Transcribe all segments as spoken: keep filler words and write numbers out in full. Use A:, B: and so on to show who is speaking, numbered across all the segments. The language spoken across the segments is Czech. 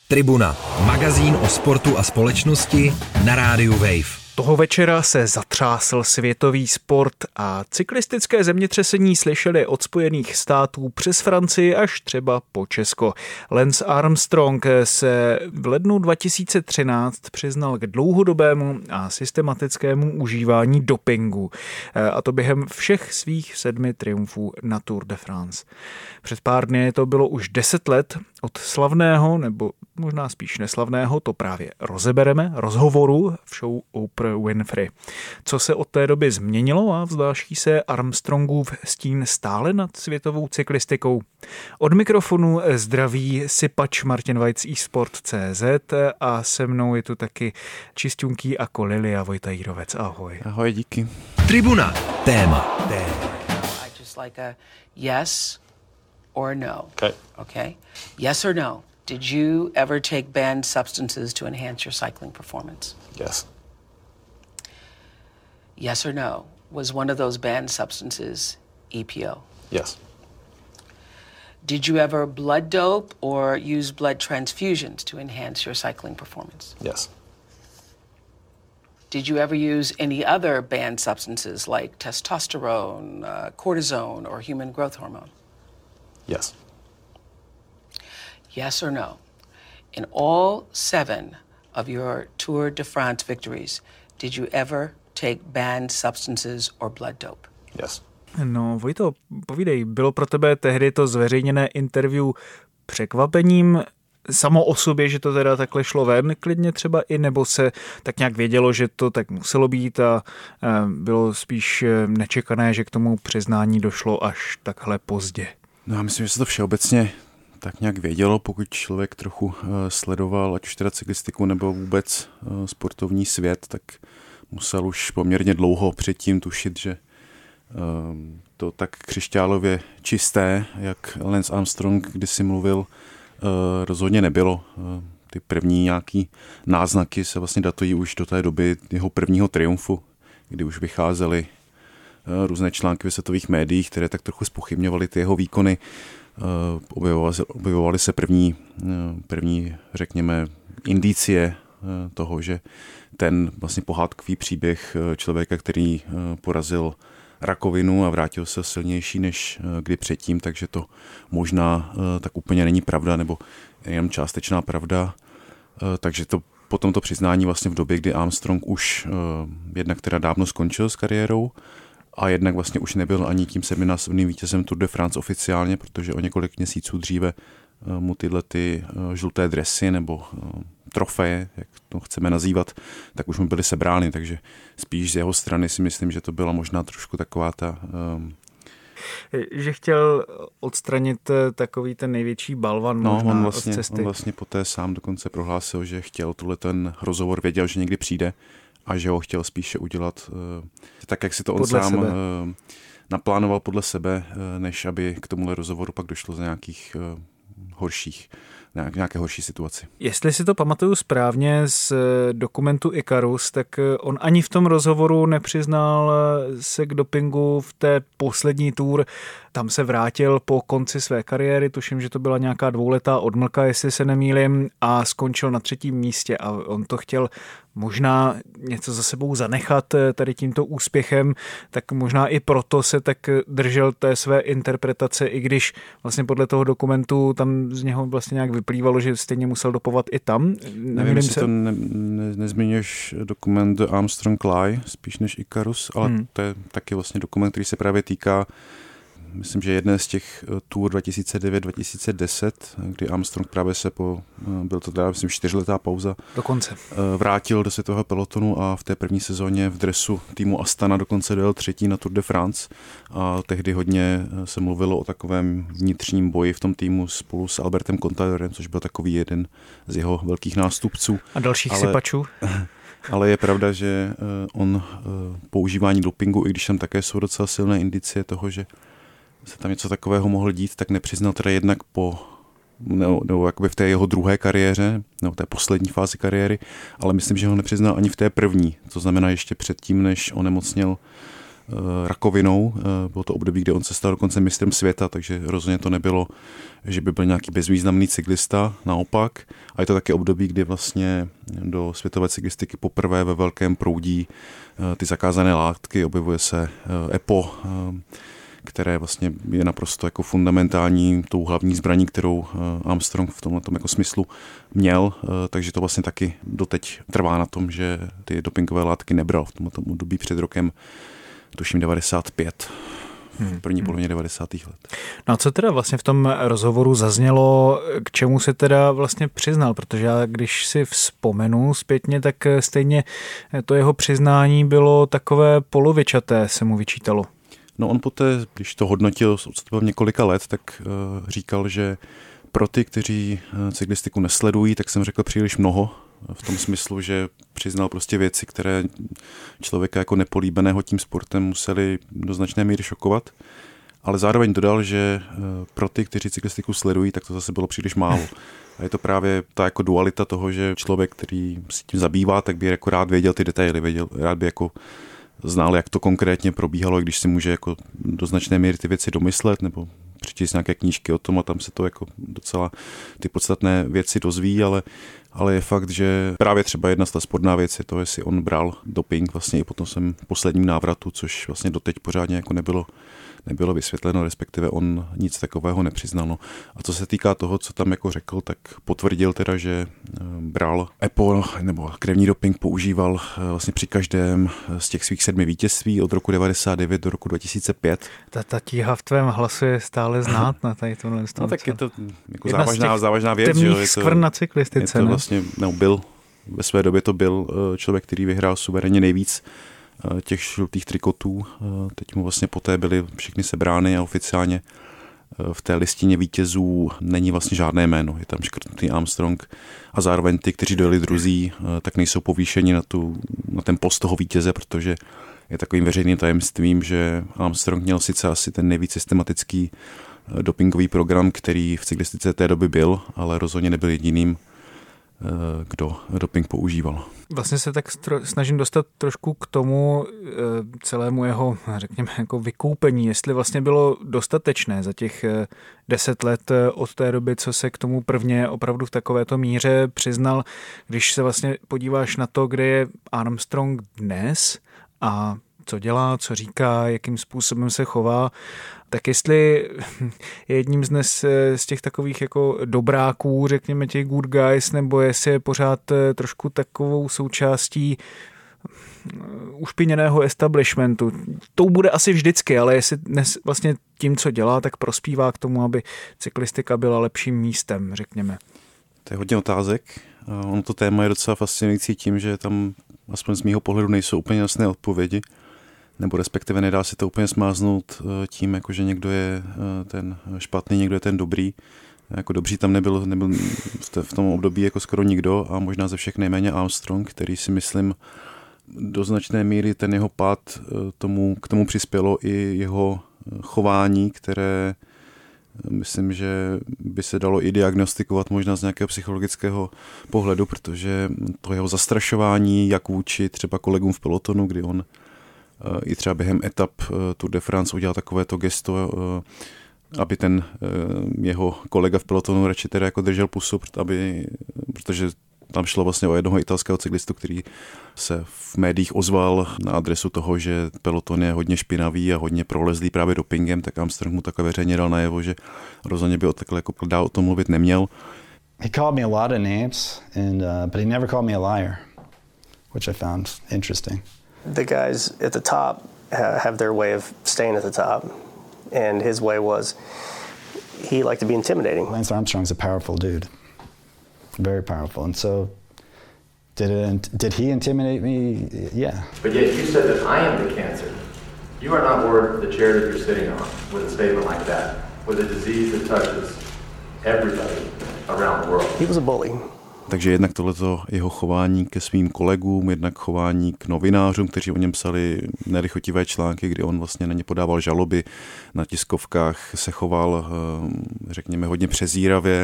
A: Tribuna, magazín o sportu a společnosti na rádiu Wave.
B: Toho večera se zatřásl světový sport a cyklistické zemětřesení slyšeli od Spojených států přes Francii až třeba po Česko. Lance Armstrong se v lednu dva tisíce třináct přiznal k dlouhodobému a systematickému užívání dopingu, a to během všech svých sedmi triumfů na Tour de France. Před pár dny to bylo už deset let od slavného, nebo možná spíš neslavného, to právě rozebereme, rozhovoru v show Oprah Winfrey. Co se od té doby změnilo a vzdáší se Armstrongův stín stále nad světovou cyklistikou? Od mikrofonu zdraví sypač Martin Vajc eSport tečka cé zet a se mnou je tu taky čisťunký ako Lilia Vojtajírovec. Ahoj.
C: Ahoj, díky.
A: Tribuna, téma.
D: I just like a yes or no.
C: Okay.
D: Okay? Yes or no. Did you ever take banned substances to enhance your cycling performance?
C: Yes.
D: Yes or no. Was one of those banned substances E P O?
C: Yes.
D: Did you ever blood dope or use blood transfusions to enhance your cycling performance?
C: Yes.
D: Did you ever use any other banned substances like testosterone, uh, cortisone, or human growth hormone?
C: Yes.
D: Yes or no? In all seven of your Tour de France victories, did you ever take banned substances or blood dope?
C: Yes.
B: No, Vojto, povídej, bylo pro tebe tehdy to zveřejněné interview překvapením samo o sobě, že to teda takhle šlo ven, klidně třeba i, nebo se tak nějak vědělo, že to tak muselo být a bylo spíš nečekané, že k tomu přiznání došlo až takhle pozdě?
C: No, já myslím, že se to všeobecně tak nějak vědělo, pokud člověk trochu uh, sledoval, ať už teda cyklistiku nebo vůbec uh, sportovní svět, tak musel už poměrně dlouho předtím tušit, že uh, to tak křišťálově čisté, jak Lance Armstrong kdysi mluvil, uh, rozhodně nebylo. Uh, ty první nějaký náznaky se vlastně datují už do té doby jeho prvního triumfu, kdy už vycházely uh, různé články v světových médiích, které tak trochu zpochybňovaly ty jeho výkony. Objevovaly se, objevovaly se první, první, řekněme, indicie toho, že ten vlastně pohádkový příběh člověka, který porazil rakovinu a vrátil se silnější než kdy předtím, takže to možná tak úplně není pravda, nebo jen částečná pravda. Takže to potom to přiznání vlastně v době, kdy Armstrong už jednak teda dávno skončil s kariérou, a jednak vlastně už nebyl ani tím sedminásobným vítězem Tour de France oficiálně, protože o několik měsíců dříve mu tyhle ty žluté dresy nebo trofeje, jak to chceme nazývat, tak už mu byly sebrány, takže spíš z jeho strany si myslím, že to byla možná trošku taková ta... Um...
B: Že chtěl odstranit takový ten největší balvan
C: no,
B: možná
C: on vlastně,
B: od cesty.
C: On vlastně poté sám dokonce prohlásil, že chtěl tuhle ten rozhovor, věděl, že někdy přijde, a že ho chtěl spíše udělat uh, tak, jak si to on podle sám uh, naplánoval podle sebe, uh, než aby k tomuhle rozhovoru pak došlo z nějakých uh, horších, nějak, nějaké horší situaci.
B: Jestli si to pamatuju správně z dokumentu Icarus, tak on ani v tom rozhovoru nepřiznal se k dopingu v té poslední tour. Tam se vrátil po konci své kariéry, tuším, že to byla nějaká dvouletá odmlka, jestli se nemýlím, a skončil na třetím místě a on to chtěl možná něco za sebou zanechat tady tímto úspěchem, tak možná i proto se tak držel té své interpretace, i když vlastně podle toho dokumentu tam z něho vlastně nějak vyplývalo, že stejně musel dopovat i tam.
C: Nevím, jestli se... to ne, ne, nezmiňuješ dokument The Armstrong Lie, spíš než Icarus, ale hmm. to je taky vlastně dokument, který se právě týká, myslím, že jedné z těch tour dva tisíce devět dva tisíce deset, kdy Armstrong právě se po, byl to teda, myslím, čtyřletá pauza,
B: dokonce
C: vrátil do světového pelotonu a v té první sezóně v dresu týmu Astana dokonce dojel třetí na Tour de France a tehdy hodně se mluvilo o takovém vnitřním boji v tom týmu spolu s Albertem Contadorem, což byl takový jeden z jeho velkých nástupců.
B: A dalších
C: ale...
B: sypačů.
C: Ale je pravda, že on používání dopingu, i když tam také jsou docela silné indicie toho, že se tam něco takového mohl dít, tak nepřiznal teda jednak po, nebo, nebo jakoby v té jeho druhé kariéře, nebo té poslední fázi kariéry, ale myslím, že ho nepřiznal ani v té první, to znamená ještě předtím, než onemocněl rakovinou. Bylo to období, kdy on se stal dokonce mistrem světa, takže rozhodně to nebylo, že by byl nějaký bezvýznamný cyklista, naopak. A je to taky období, kdy vlastně do světové cyklistiky poprvé ve velkém proudí ty zakázané látky, objevuje se E P O, které vlastně je naprosto jako fundamentální tou hlavní zbraní, kterou Armstrong v tomhle jako smyslu měl, takže to vlastně taky doteď trvá na tom, že ty dopingové látky nebral v tomto období před rokem, tuším devadesát pět. V první polovině devadesátých let.
B: No a co teda vlastně v tom rozhovoru zaznělo, k čemu se teda vlastně přiznal? Protože já, když si vzpomenu zpětně, tak stejně to jeho přiznání bylo takové polovičaté, se mu vyčítalo.
C: No on poté, když to hodnotil odstupem několika let, tak uh, říkal, že pro ty, kteří cyklistiku nesledují, tak jsem řekl příliš mnoho, v tom smyslu, že přiznal prostě věci, které člověka jako nepolíbeného tím sportem museli do značné míry šokovat, ale zároveň dodal, že pro ty, kteří cyklistiku sledují, tak to zase bylo příliš málo. A je to právě ta jako dualita toho, že člověk, který se tím zabývá, tak by jako rád věděl ty detaily, věděl, rád by jako znal, jak to konkrétně probíhalo, když si může jako do značné míry ty věci domyslet nebo přečíst nějaké knížky o tom a tam se to jako docela ty podstatné věci dozví, ale, ale je fakt, že právě třeba jedna z ta sporná věc je to, jestli on bral doping vlastně i po tom svém posledním návratu, což vlastně doteď pořádně jako nebylo nebylo vysvětleno, respektive on nic takového nepřiznal. No. A co se týká toho, co tam jako řekl, tak potvrdil teda, že bral E P O nebo krevní doping používal vlastně při každém z těch svých sedmi vítězství od roku devadesát devět do roku dva tisíce pět.
B: Ta, ta tíha v tvém hlasu je stále znát na tady tohle.
C: No tak je to jako závažná, závažná věc.
B: Temných je to, skvrn na cyklistice.
C: Je to vlastně, no, byl, ve své době to byl člověk, který vyhrál suverénně nejvíc těch žlutých trikotů. Teď mu vlastně poté byly všechny sebrány a oficiálně v té listině vítězů není vlastně žádné jméno. Je tam škrtnutý Armstrong a zároveň ty, kteří dojeli druzí, tak nejsou povýšeni na, tu, na ten post toho vítěze, protože je takovým veřejným tajemstvím, že Armstrong měl sice asi ten nejvíc systematický dopingový program, který v cyklistice té doby byl, ale rozhodně nebyl jediným, kdo doping používal.
B: Vlastně se tak stro, snažím dostat trošku k tomu e, celému jeho, řekněme, jako vykoupení, jestli vlastně bylo dostatečné za těch e, deset let od té doby, co se k tomu prvně opravdu v takovéto míře přiznal, když se vlastně podíváš na to, kde je Armstrong dnes a co dělá, co říká, jakým způsobem se chová, tak jestli je jedním z dnes z těch takových jako dobráků, řekněme těch good guys, nebo jestli je pořád trošku takovou součástí ušpiněného establishmentu. To bude asi vždycky, ale jestli dnes vlastně tím, co dělá, tak prospívá k tomu, aby cyklistika byla lepším místem, řekněme.
C: To je hodně otázek. Ono to téma je docela fascinující tím, že tam aspoň z mýho pohledu nejsou úplně jasné odpovědi, nebo respektive nedá se to úplně smáznout tím, jako že někdo je ten špatný, někdo je ten dobrý. Jako dobří tam nebyl, nebyl v tom období jako skoro nikdo a možná ze všech nejméně Armstrong, který si myslím do značné míry ten jeho pád tomu, k tomu přispělo i jeho chování, které myslím, že by se dalo i diagnostikovat možná z nějakého psychologického pohledu, protože to jeho zastrašování jak vůči třeba kolegům v pelotonu, kdy on i třeba během etap Tour de France udělal takovéto gesto, aby ten jeho kolega v pelotonu radši teda jako držel pusu, aby, protože tam šlo vlastně o jednoho italského cyklistu, který se v médiích ozval na adresu toho, že peloton je hodně špinavý a hodně prolezlý právě dopingem, tak Armstrong mu takové veřejně dal najevo, že rozhodně by o takhle jako dál o tom mluvit neměl.
E: He called me a lot of names, and, uh, but he never called me a liar, which I found interesting.
F: The guys at the top have their way of staying at the top, and his way was he liked to be intimidating.
E: Lance Armstrong's a powerful dude, very powerful, and so did it, did he intimidate me? Yeah.
G: But yet you said that I am the cancer. You are not worth the chair that you're sitting on with a statement like that, with a disease that touches everybody around the world.
F: He was a bully.
C: Takže jednak tohleto jeho chování ke svým kolegům, jednak chování k novinářům, kteří o něm psali nelichotivé články, kdy on vlastně na ně podával žaloby, na tiskovkách se choval, řekněme, hodně přezíravě,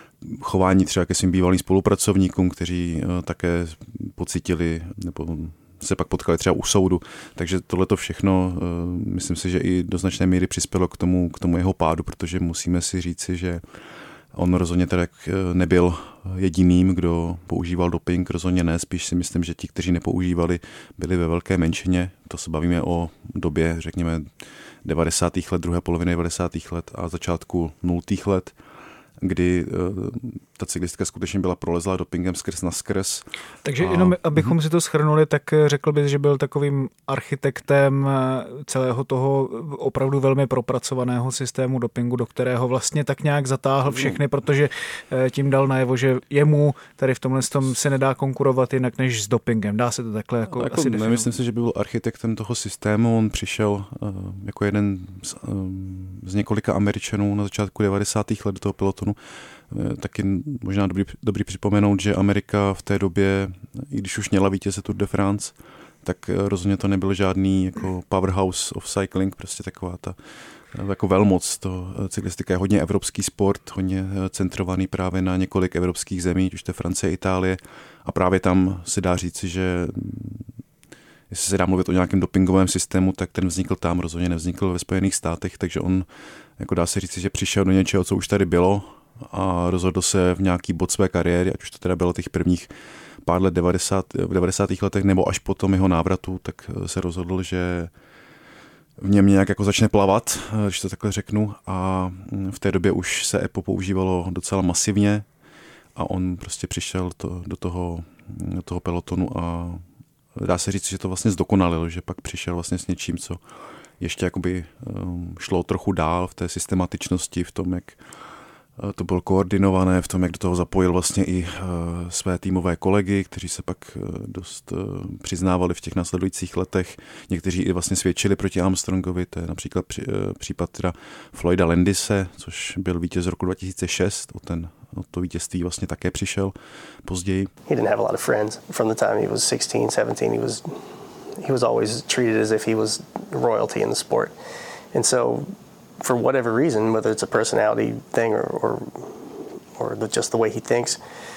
C: chování třeba ke svým bývalým spolupracovníkům, kteří také pocítili nebo se pak potkali třeba u soudu. Takže tohleto všechno, myslím si, že i do značné míry přispělo k tomu, k tomu jeho pádu, protože musíme si říci, že on rozhodně teda nebyl jediným, kdo používal doping, rozhodně ne, spíš si myslím, že ti, kteří nepoužívali, byli ve velké menšině. To se bavíme o době, řekněme, devadesátých let, druhé poloviny devadesátých let a začátku nultých let, kdy ta cyklistika skutečně byla prolezlá dopingem skrz na skrz.
B: Takže
C: a...
B: jenom, abychom mm-hmm. si to shrnuli, tak řekl bys, že byl takovým architektem celého toho opravdu velmi propracovaného systému dopingu, do kterého vlastně tak nějak zatáhl všechny, protože tím dal najevo, že jemu tady v tomhle tom se nedá konkurovat jinak než s dopingem. Dá se to takhle jako,
C: jako
B: asi
C: definovat? Myslím si, že byl architektem toho systému. On přišel uh, jako jeden z, uh, z několika Američanů na začátku devadesátých let do toho pelotonu. Taky možná dobrý, dobrý připomenout, že Amerika v té době, i když už měla vítěze Tour de France, tak rozhodně to nebyl žádný jako powerhouse of cycling, prostě taková ta jako velmoc. To cyklistika je hodně evropský sport, hodně centrovaný právě na několik evropských zemí, už to je Francie, Itálie, a právě tam se dá říci, že jestli se dá mluvit o nějakém dopingovém systému, tak ten vznikl tam, rozhodně nevznikl ve Spojených státech, takže on, jako dá se říci, že přišel do něčeho, co už tady bylo, a rozhodl se v nějaký bod své kariéry, ať už to teda bylo těch prvních pár let devadesát, v devadesátých letech nebo až po tom jeho návratu, tak se rozhodl, že v něm nějak jako začne plavat, když to takhle řeknu, a v té době už se EPO používalo docela masivně a on prostě přišel to, do, toho, do toho pelotonu a dá se říct, že to vlastně zdokonalil, že pak přišel vlastně s něčím, co ještě jakoby šlo trochu dál v té systematičnosti, v tom, jak to bylo koordinované, v tom, jak do toho zapojil vlastně i své týmové kolegy, kteří se pak dost přiznávali v těch následujících letech. Někteří i vlastně svědčili proti Armstrongovi, to je například případ teda Floyda Landise, což byl vítěz z roku dva tisíce šest, o, ten, o to vítězství vlastně také přišel později.
F: He didn't have a lot of friends from the time he was sixteen, seventeen. He was he was always treated as if he was royalty in the sport. And so for whatever reason, whether it's a personality thing or, or, or the, just the way he thinks,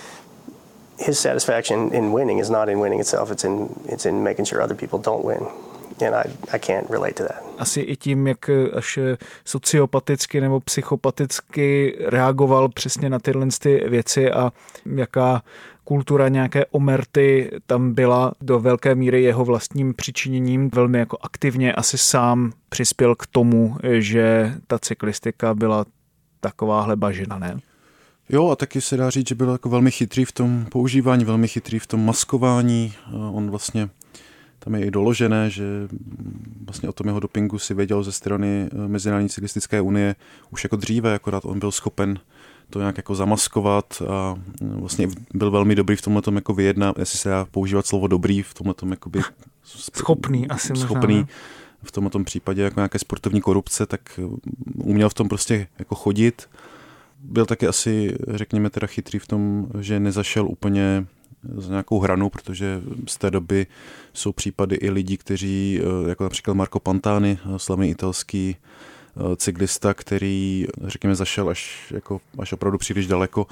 F: his satisfaction in winning is not in winning itself. It's in, it's in making sure other people don't win. And I, I can't relate to that.
B: Asi i tím, jak až sociopaticky nebo psychopaticky reagoval přesně na tyhle ty věci a jaká kultura nějaké omerty tam byla do velké míry jeho vlastním přičiněním. Velmi jako aktivně asi sám přispěl k tomu, že ta cyklistika byla takováhle bažina, ne?
C: Jo, a taky se dá říct, že byl jako velmi chytrý v tom používání, velmi chytrý v tom maskování. On vlastně, tam je i doložené, že vlastně o tom jeho dopingu si věděl ze strany Mezinárodní cyklistické unie už jako dříve, akorát on byl schopen to nějak jako zamaskovat a vlastně byl velmi dobrý v tomhletom jako vyjednat, jestli se dá používat slovo dobrý v tomhletom jakoby
B: schopný asi
C: schopný
B: možná.
C: V tomhletom případě jako nějaké sportovní korupce, tak uměl v tom prostě jako chodit. Byl taky asi, řekněme teda chytrý v tom, že nezašel úplně za nějakou hranu, protože z té doby jsou případy i lidí, kteří, jako například Marco Pantani, slavný italský cyklista, který, řekněme, zašel až, jako, až opravdu příliš daleko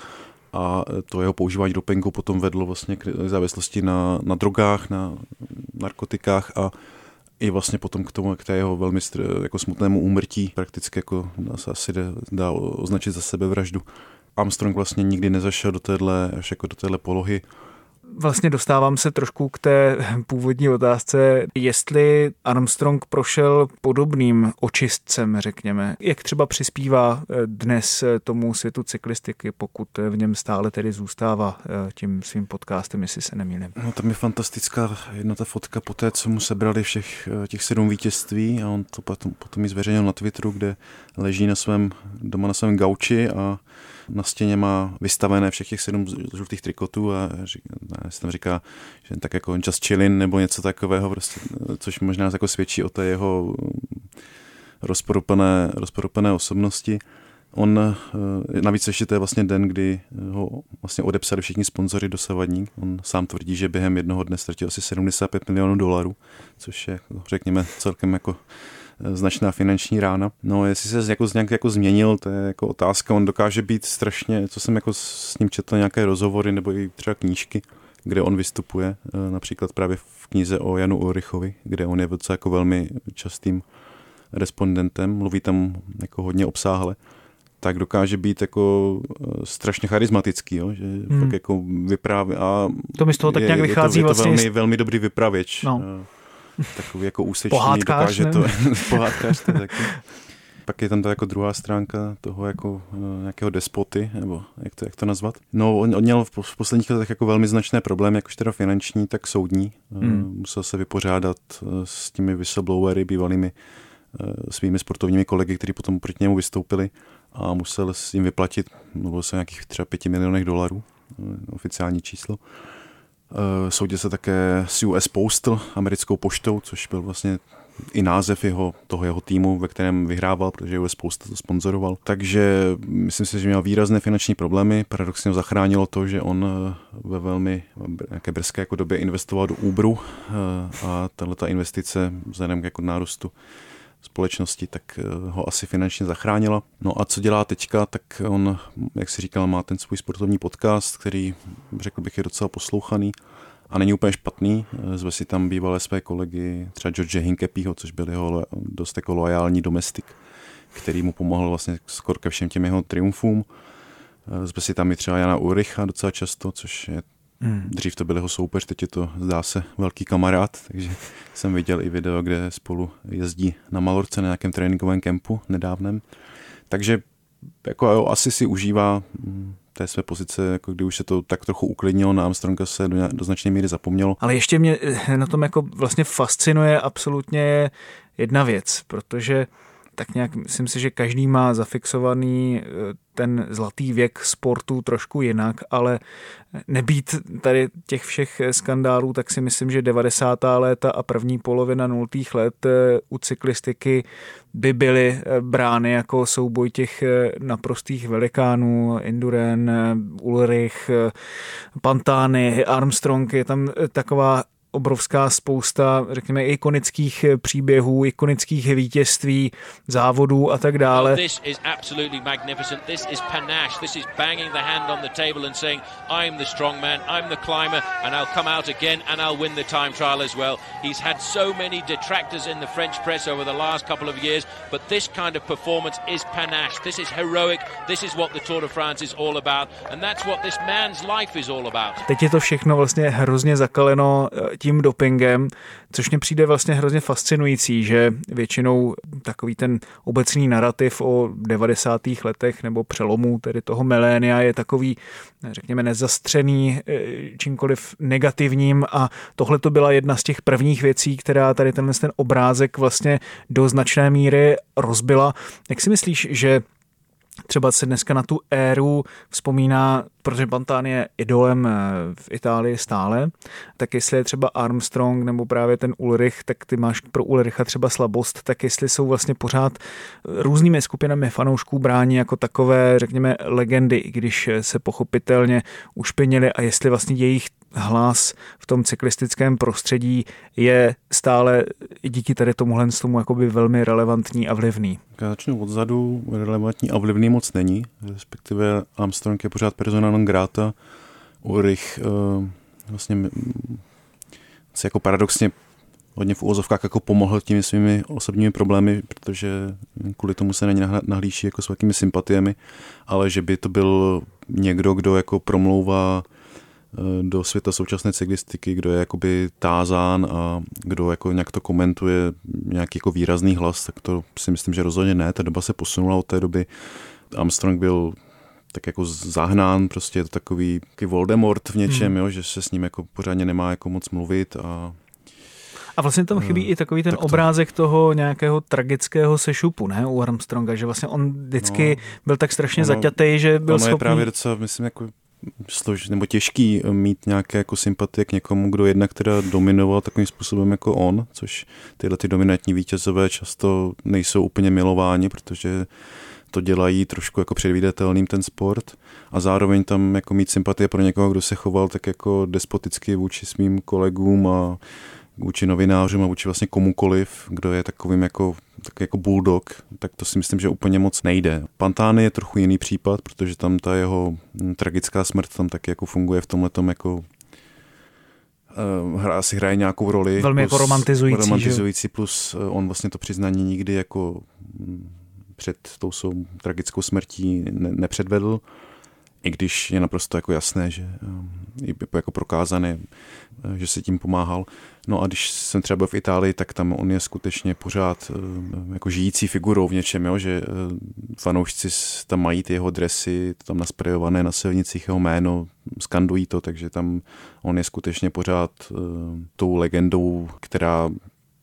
C: a to jeho používání dopingu potom vedlo vlastně k závislosti na, na drogách, na narkotikách a i vlastně potom k tomu, k té jeho velmi jako smutnému úmrtí, prakticky jako se asi dá označit za sebevraždu. Armstrong vlastně nikdy nezašel do téhle, až jako do téhle polohy.
B: Vlastně dostávám se trošku k té původní otázce, jestli Armstrong prošel podobným očistcem, řekněme. Jak třeba přispívá dnes tomu světu cyklistiky, pokud v něm stále tedy zůstává tím svým podcastem, jestli se nemýlím.
C: No tam je fantastická jedna ta fotka po té, co mu sebrali všech těch sedm vítězství a on to potom, potom ji zveřejnil na Twitteru, kde leží na svém, doma na svém gauči a na stěně má vystavené všech těch sedm žlutých trikotů a se tam říká, že tak jako just chillin nebo něco takového, prostě, což možná jako svědčí o té jeho rozporupené, rozporupené osobnosti. On, navíc ještě to je vlastně den, kdy ho vlastně odepsali všichni sponzoři dosavadní. On sám tvrdí, že během jednoho dne ztratil asi sedmdesát pět milionů dolarů, což je, řekněme, celkem jako značná finanční rána. No, jestli se jako nějak jako změnil, to je jako otázka. On dokáže být strašně, co jsem jako s ním četl nějaké rozhovory nebo i třeba knížky, kde on vystupuje, například právě v knize o Janu Ulrichovi, kde on je docela jako velmi častým respondentem, mluví tam jako hodně obsáhle, tak dokáže být jako strašně charismatický, jo? Že hmm. fakt jako vypráví a
B: to mi z toho tak nějak vychází
C: je to, je to
B: vlastně
C: velmi, velmi dobrý vypravěč.
B: No.
C: Takový jako úsečný,
B: pohádkář,
C: dokáže
B: ne?
C: to pohádkář to taky. Pak je tam ta jako druhá stránka toho jako nějakého despoty, nebo jak to, jak to nazvat. No, on, on měl v posledních letech jako velmi značné problémy, jakož teda finanční, tak soudní. Hmm. Musel se vypořádat s těmi whistleblowery, bývalými svými sportovními kolegy, kteří potom proti němu vystoupili a musel s jim vyplatit, mluvilo se o nějakých třeba pěti milionech dolarů, oficiální číslo. Soudil se také s U S Postal, americkou poštou, což byl vlastně i název jeho, toho jeho týmu, ve kterém vyhrával, protože U S Postal to sponzoroval. Takže myslím si, že měl výrazné finanční problémy. Paradoxně ho zachránilo to, že on ve velmi nějaké brzké jako době investoval do Uberu a tato investice vzhledem k jako nárůstu společnosti, tak ho asi finančně zachránila. No a co dělá teďka, tak on, jak si říkal, má ten svůj sportovní podcast, který, řekl bych, je docela poslouchaný a není úplně špatný. Zve si tam bývalé své kolegy, třeba George Hincapieho, což byl jeho dost jako loajální domestik, který mu pomohl vlastně skoro ke všem těm jeho triumfům. Zve si tam i třeba Jana Ulricha docela často, což je Hmm. Dřív to byl jeho soupeř, teď je to, zdá se, velký kamarád, takže jsem viděl i video, kde spolu jezdí na Malorce na nějakém tréninkovém kempu nedávném. Takže jako jo, asi si užívá té své pozice, jako kdy už se to tak trochu uklidnilo, na Armstronga se do, do značné míry zapomnělo.
B: Ale ještě mě na tom jako vlastně fascinuje absolutně jedna věc, protože tak nějak myslím si, že každý má zafixovaný ten zlatý věk sportu trošku jinak, ale nebýt tady těch všech skandálů, tak si myslím, že devadesátá léta a první polovina nultých let u cyklistiky by byly brány jako souboj těch naprostých velikánů, Indurain, Ulrich, Pantani, Armstrong, je tam taková obrovská spousta, řekněme, ikonických příběhů, ikonických vítězství, závodů a tak dále.
H: This is absolutely magnificent. This is panache. This is banging the hand on the table and saying, I'm the strong man, I'm the climber, and I'll come out again and I'll win the time trial as well. He's had so many detractors in the French press over the last couple of years, but this kind of performance is panache. This is heroic. This is what the Tour de France is all about, and that's what this man's life is all about.
B: Teď je to všechno vlastně hrozně zakaleno tím dopingem, což mě přijde vlastně hrozně fascinující, že většinou takový ten obecný narrativ o devadesátých letech nebo přelomu tedy toho milénia je takový, řekněme, nezastřený čímkoliv negativním a tohle to byla jedna z těch prvních věcí, která tady tenhle ten obrázek vlastně do značné míry rozbila. Jak si myslíš, že třeba se dneska na tu éru vzpomíná, protože Pantani je idolem v Itálii stále, tak jestli je třeba Armstrong nebo právě ten Ulrich, tak ty máš pro Ulricha třeba slabost, tak jestli jsou vlastně pořád různými skupinami fanoušků brání jako takové, řekněme, legendy, i když se pochopitelně ušpinili a jestli vlastně jejich hlas v tom cyklistickém prostředí je stále díky tady tomuhle tomu jakoby velmi relevantní a vlivný.
C: Já začnu odzadu, relevantní a vlivný moc není, respektive Armstrong je pořád persona non grata, Ulrich uh, vlastně se jako paradoxně hodně v úvozovkách jako pomohl těmi svými osobními problémy, protože kvůli tomu se na ně nahlíží jako s velkými sympatiemi, ale že by to byl někdo, kdo jako promlouvá do světa současné cyklistiky, kdo je jakoby tázán a kdo jako nějak to komentuje nějaký jako výrazný hlas, tak to si myslím, že rozhodně ne. Ta doba se posunula od té doby. Armstrong byl tak jako zahnán, prostě je to takový, takový Voldemort v něčem, hmm. jo, že se s ním jako pořádně nemá jako moc mluvit a
B: A vlastně tam chybí uh, i takový ten tak to... obrázek toho nějakého tragického sešupu, ne, u Armstronga, že vlastně on vždycky no, byl tak strašně ono, zaťatý, že byl
C: ono
B: schopný...
C: je právě docela, myslím, jako slož, nebo těžký mít nějaké jako sympatie k někomu, kdo jednak teda dominoval takovým způsobem jako on, což tyhle ty dominantní vítězové často nejsou úplně milováni, protože to dělají trošku jako předvídatelným ten sport a zároveň tam jako mít sympatie pro někoho, kdo se choval tak jako despoticky vůči svým kolegům a vůči novinářům a vůči vlastně komukoliv, kdo je takovým jako, takový jako bulldog, tak to si myslím, že úplně moc nejde. Pantani je trochu jiný případ, protože tam ta jeho tragická smrt tam taky jako funguje v tomhletom jako hra, asi hraje nějakou roli.
B: Velmi plus, jako romantizující.
C: Romantizující, plus on vlastně to přiznání nikdy jako před tou svou tragickou smrtí ne, nepředvedl, i když je naprosto jako jasné, že je jako prokázané, že si tím pomáhal. No a když jsem třeba byl v Itálii, tak tam on je skutečně pořád jako žijící figurou v něčem, jo? Že fanoušci tam mají ty jeho dresy, tam nasprejované na silnicích jeho jméno, skandují to, takže tam on je skutečně pořád uh, tou legendou, která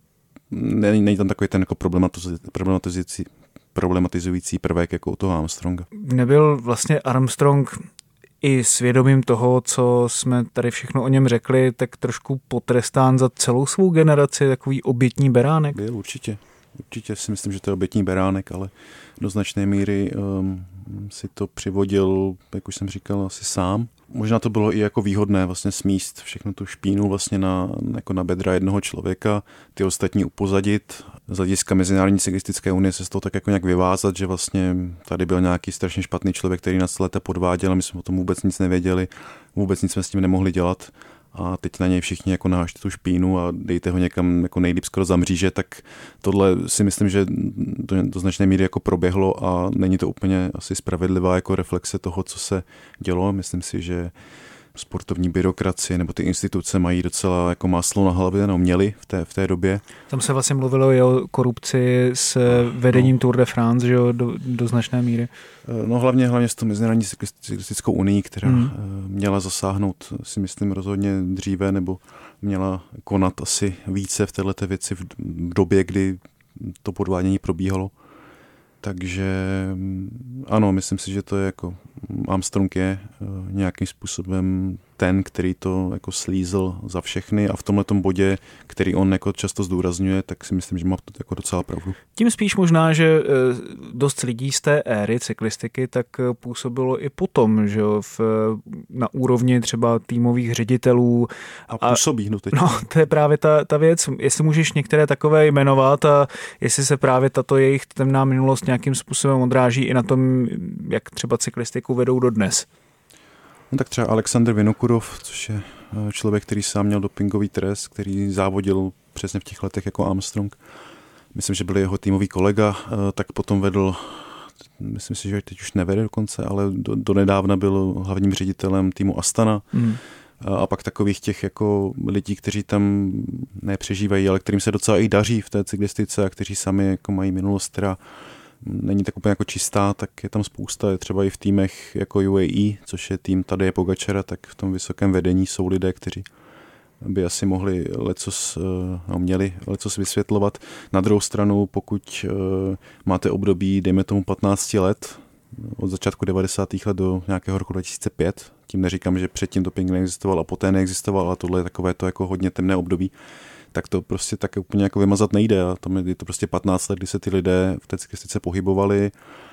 C: není, není tam takový ten jako problematizující, problematizující prvek jako u toho Armstronga.
B: Nebyl vlastně Armstrong i svědomím toho, co jsme tady všechno o něm řekli, tak trošku potrestán za celou svou generaci, takový obětní beránek?
C: Byl určitě. Určitě si myslím, že to je obětní beránek, ale do značné míry um, si to přivodil, jak už jsem říkal, asi sám. Možná to bylo i jako výhodné vlastně smíst všechno tu špínu vlastně na, jako na bedra jednoho člověka, ty ostatní upozadit. Z hlediska Mezinárodní cyklistické unie se z toho tak jako nějak vyvázat, že vlastně tady byl nějaký strašně špatný člověk, který nás leta podváděl a my jsme o tom vůbec nic nevěděli, vůbec nic jsme s tím nemohli dělat. A teď na něj všichni jako nahážte tu špínu a dejte ho někam jako nejlíp skoro za mříže, tak tohle si myslím, že do, do značné míry jako proběhlo a není to úplně asi spravedlivá jako reflexe toho, co se dělo. Myslím si, že sportovní byrokracie nebo ty instituce mají docela jako máslo na hlavě, no měli v té, v té době.
B: Tam se vlastně mluvilo i o korupci s vedením no. Tour de France, že jo, do, do značné míry.
C: No hlavně, hlavně s tou Mezinárodní cyklistickou unii, která hmm. měla zasáhnout, si myslím, rozhodně dříve, nebo měla konat asi více v této věci v době, kdy to podvádění probíhalo. Takže ano, myslím si, že to je jako Armstrong je nějakým způsobem ten, který to jako slízl za všechny a v tomhletom bodě, který on jako často zdůrazňuje, tak si myslím, že má to jako docela pravdu.
B: Tím spíš možná, že dost lidí z té éry cyklistiky tak působilo i potom, že jo, v, na úrovni třeba týmových ředitelů.
C: A působí, no teď.
B: No, to je právě ta, ta věc. Jestli můžeš některé takové jmenovat a jestli se právě tato jejich temná minulost nějakým způsobem odráží i na tom, jak třeba cyklistiku vedou dodnes.
C: No tak třeba Alexander Vinokurov, což je člověk, který sám měl dopingový trest, který závodil přesně v těch letech jako Armstrong. Myslím, že byl jeho týmový kolega, tak potom vedl, myslím si, že teď už nevede dokonce, ale do, do nedávna byl hlavním ředitelem týmu Astana. Mm. A pak takových těch jako lidí, kteří tam nepřežívají, ale kterým se docela i daří v té cyklistice a kteří sami jako mají minulost, která není tak úplně jako čistá, tak je tam spousta. Je třeba i v týmech jako U A E, což je tým Tadeje Pogačara, tak v tom vysokém vedení jsou lidé, kteří by asi mohli lecos, no, měli lecos vysvětlovat. Na druhou stranu, pokud máte období, dejme tomu patnáct let, od začátku devadesátých let do nějakého roku dva tisíce pět, tím neříkám, že předtím doping neexistoval a poté neexistoval, ale tohle je takové to jako hodně temné období, tak to prostě tak úplně jako vymazat nejde. A tam je to prostě patnáct let, kdy se ty lidé v té cyklistice pohybovali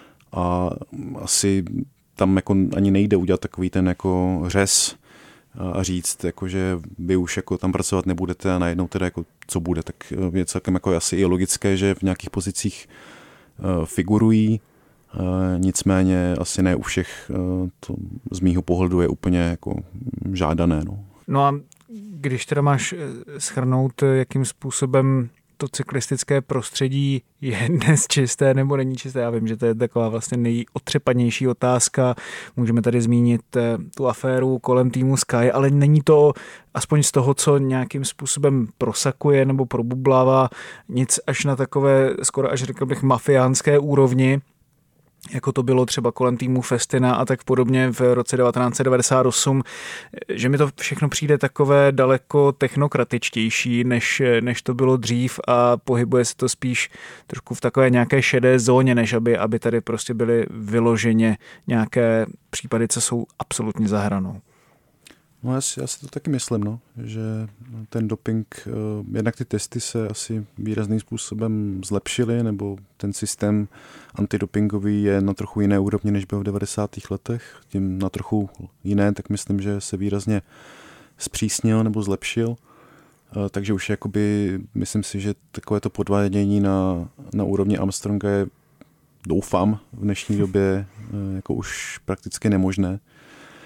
C: a asi tam jako ani nejde udělat takový ten jako řez a říct, jako, že vy už jako tam pracovat nebudete a najednou teda jako co bude. Tak je celkem jako asi i logické, že v nějakých pozicích uh, figurují, uh, nicméně asi ne u všech uh, to z mýho pohledu je úplně jako žádané. No,
B: no a když teda máš shrnout, jakým způsobem to cyklistické prostředí je dnes čisté nebo není čisté, já vím, že to je taková vlastně nejotřepanější otázka. Můžeme tady zmínit tu aféru kolem týmu Sky, ale není to aspoň z toho, co nějakým způsobem prosakuje nebo probublává, nic až na takové, skoro až řekl bych, mafiánské úrovni, jako to bylo třeba kolem týmu Festina a tak podobně v roce devatenáct set devadesát osm, že mi to všechno přijde takové daleko technokratičtější, než, než to bylo dřív a pohybuje se to spíš trošku v takové nějaké šedé zóně, než aby, aby tady prostě byly vyloženě nějaké případy, co jsou absolutně za hranou.
C: No já si, já si to taky myslím, no, že ten doping, jednak ty testy se asi výrazným způsobem zlepšily, nebo ten systém antidopingový je na trochu jiné úrovni, než byl v devadesátých letech. Tím na trochu jiné, tak myslím, že se výrazně zpřísnil nebo zlepšil. Takže už jakoby, myslím si, že takovéto podvádění na, na úrovni Armstronga je, doufám, v dnešní době jako už prakticky nemožné.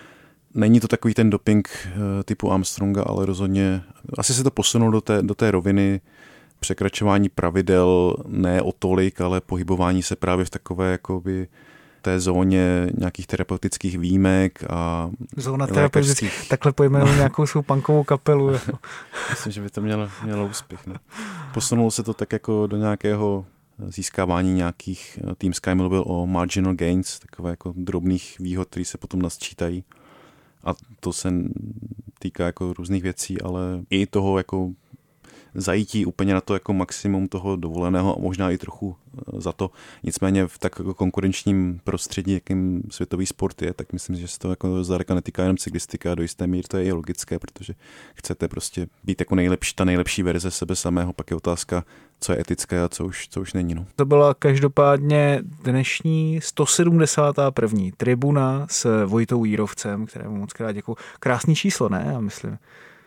C: Není to takový ten doping typu Armstronga, ale rozhodně asi se to posunulo do té, do té roviny překračování pravidel, ne o tolik, ale pohybování se právě v takové jakoby té zóně nějakých terapeutických výjimek a
B: zóna terapeutických, takhle pojmenujeme nějakou svou punkovou kapelu. Jako.
C: Myslím, že by to mělo, mělo úspěch. Ne? Posunulo se to tak jako do nějakého získávání nějakých, Team Sky mluvil o marginal gains, takové jako drobných výhod, které se potom nasčítají. A to se týká jako různých věcí, ale i toho jako zajítí úplně na to jako maximum toho dovoleného a možná i trochu za to. Nicméně v tak jako konkurenčním prostředí, jakým světový sport je, tak myslím, že se to jako zdaleka netýká jenom cyklistika a do jisté míry to je i logické, protože chcete prostě být jako nejlepší, ta nejlepší verze sebe samého, pak je otázka, co je etické a co už, co už není. No.
B: To byla každopádně dnešní sto sedmdesátá první tribuna s Vojtou Jírovcem, kterému moc krát děkuju. Krásný číslo, ne? Já myslím.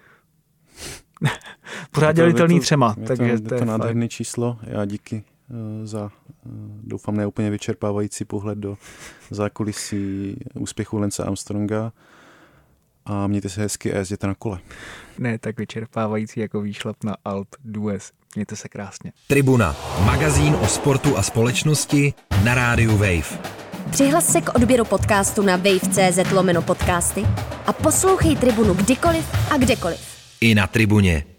B: Pořád dělitelný třema.
C: Je
B: takže
C: to, to je to nádherné číslo. Já díky uh, za, uh, doufám, neúplně vyčerpávající pohled do zákulisí úspěchu Lance Armstronga a mějte se hezky a jezděte na kole.
B: Ne tak vyčerpávající jako výšlap na Alpe d'Huez. Mějte se krásně.
A: Tribuna, magazín o sportu a společnosti na rádiu Wave.
I: Přihlas se k odběru podcastu na wave tečka cz lomeno podcasty a poslouchej Tribunu kdykoliv a kdekoliv.
A: I na tribuně.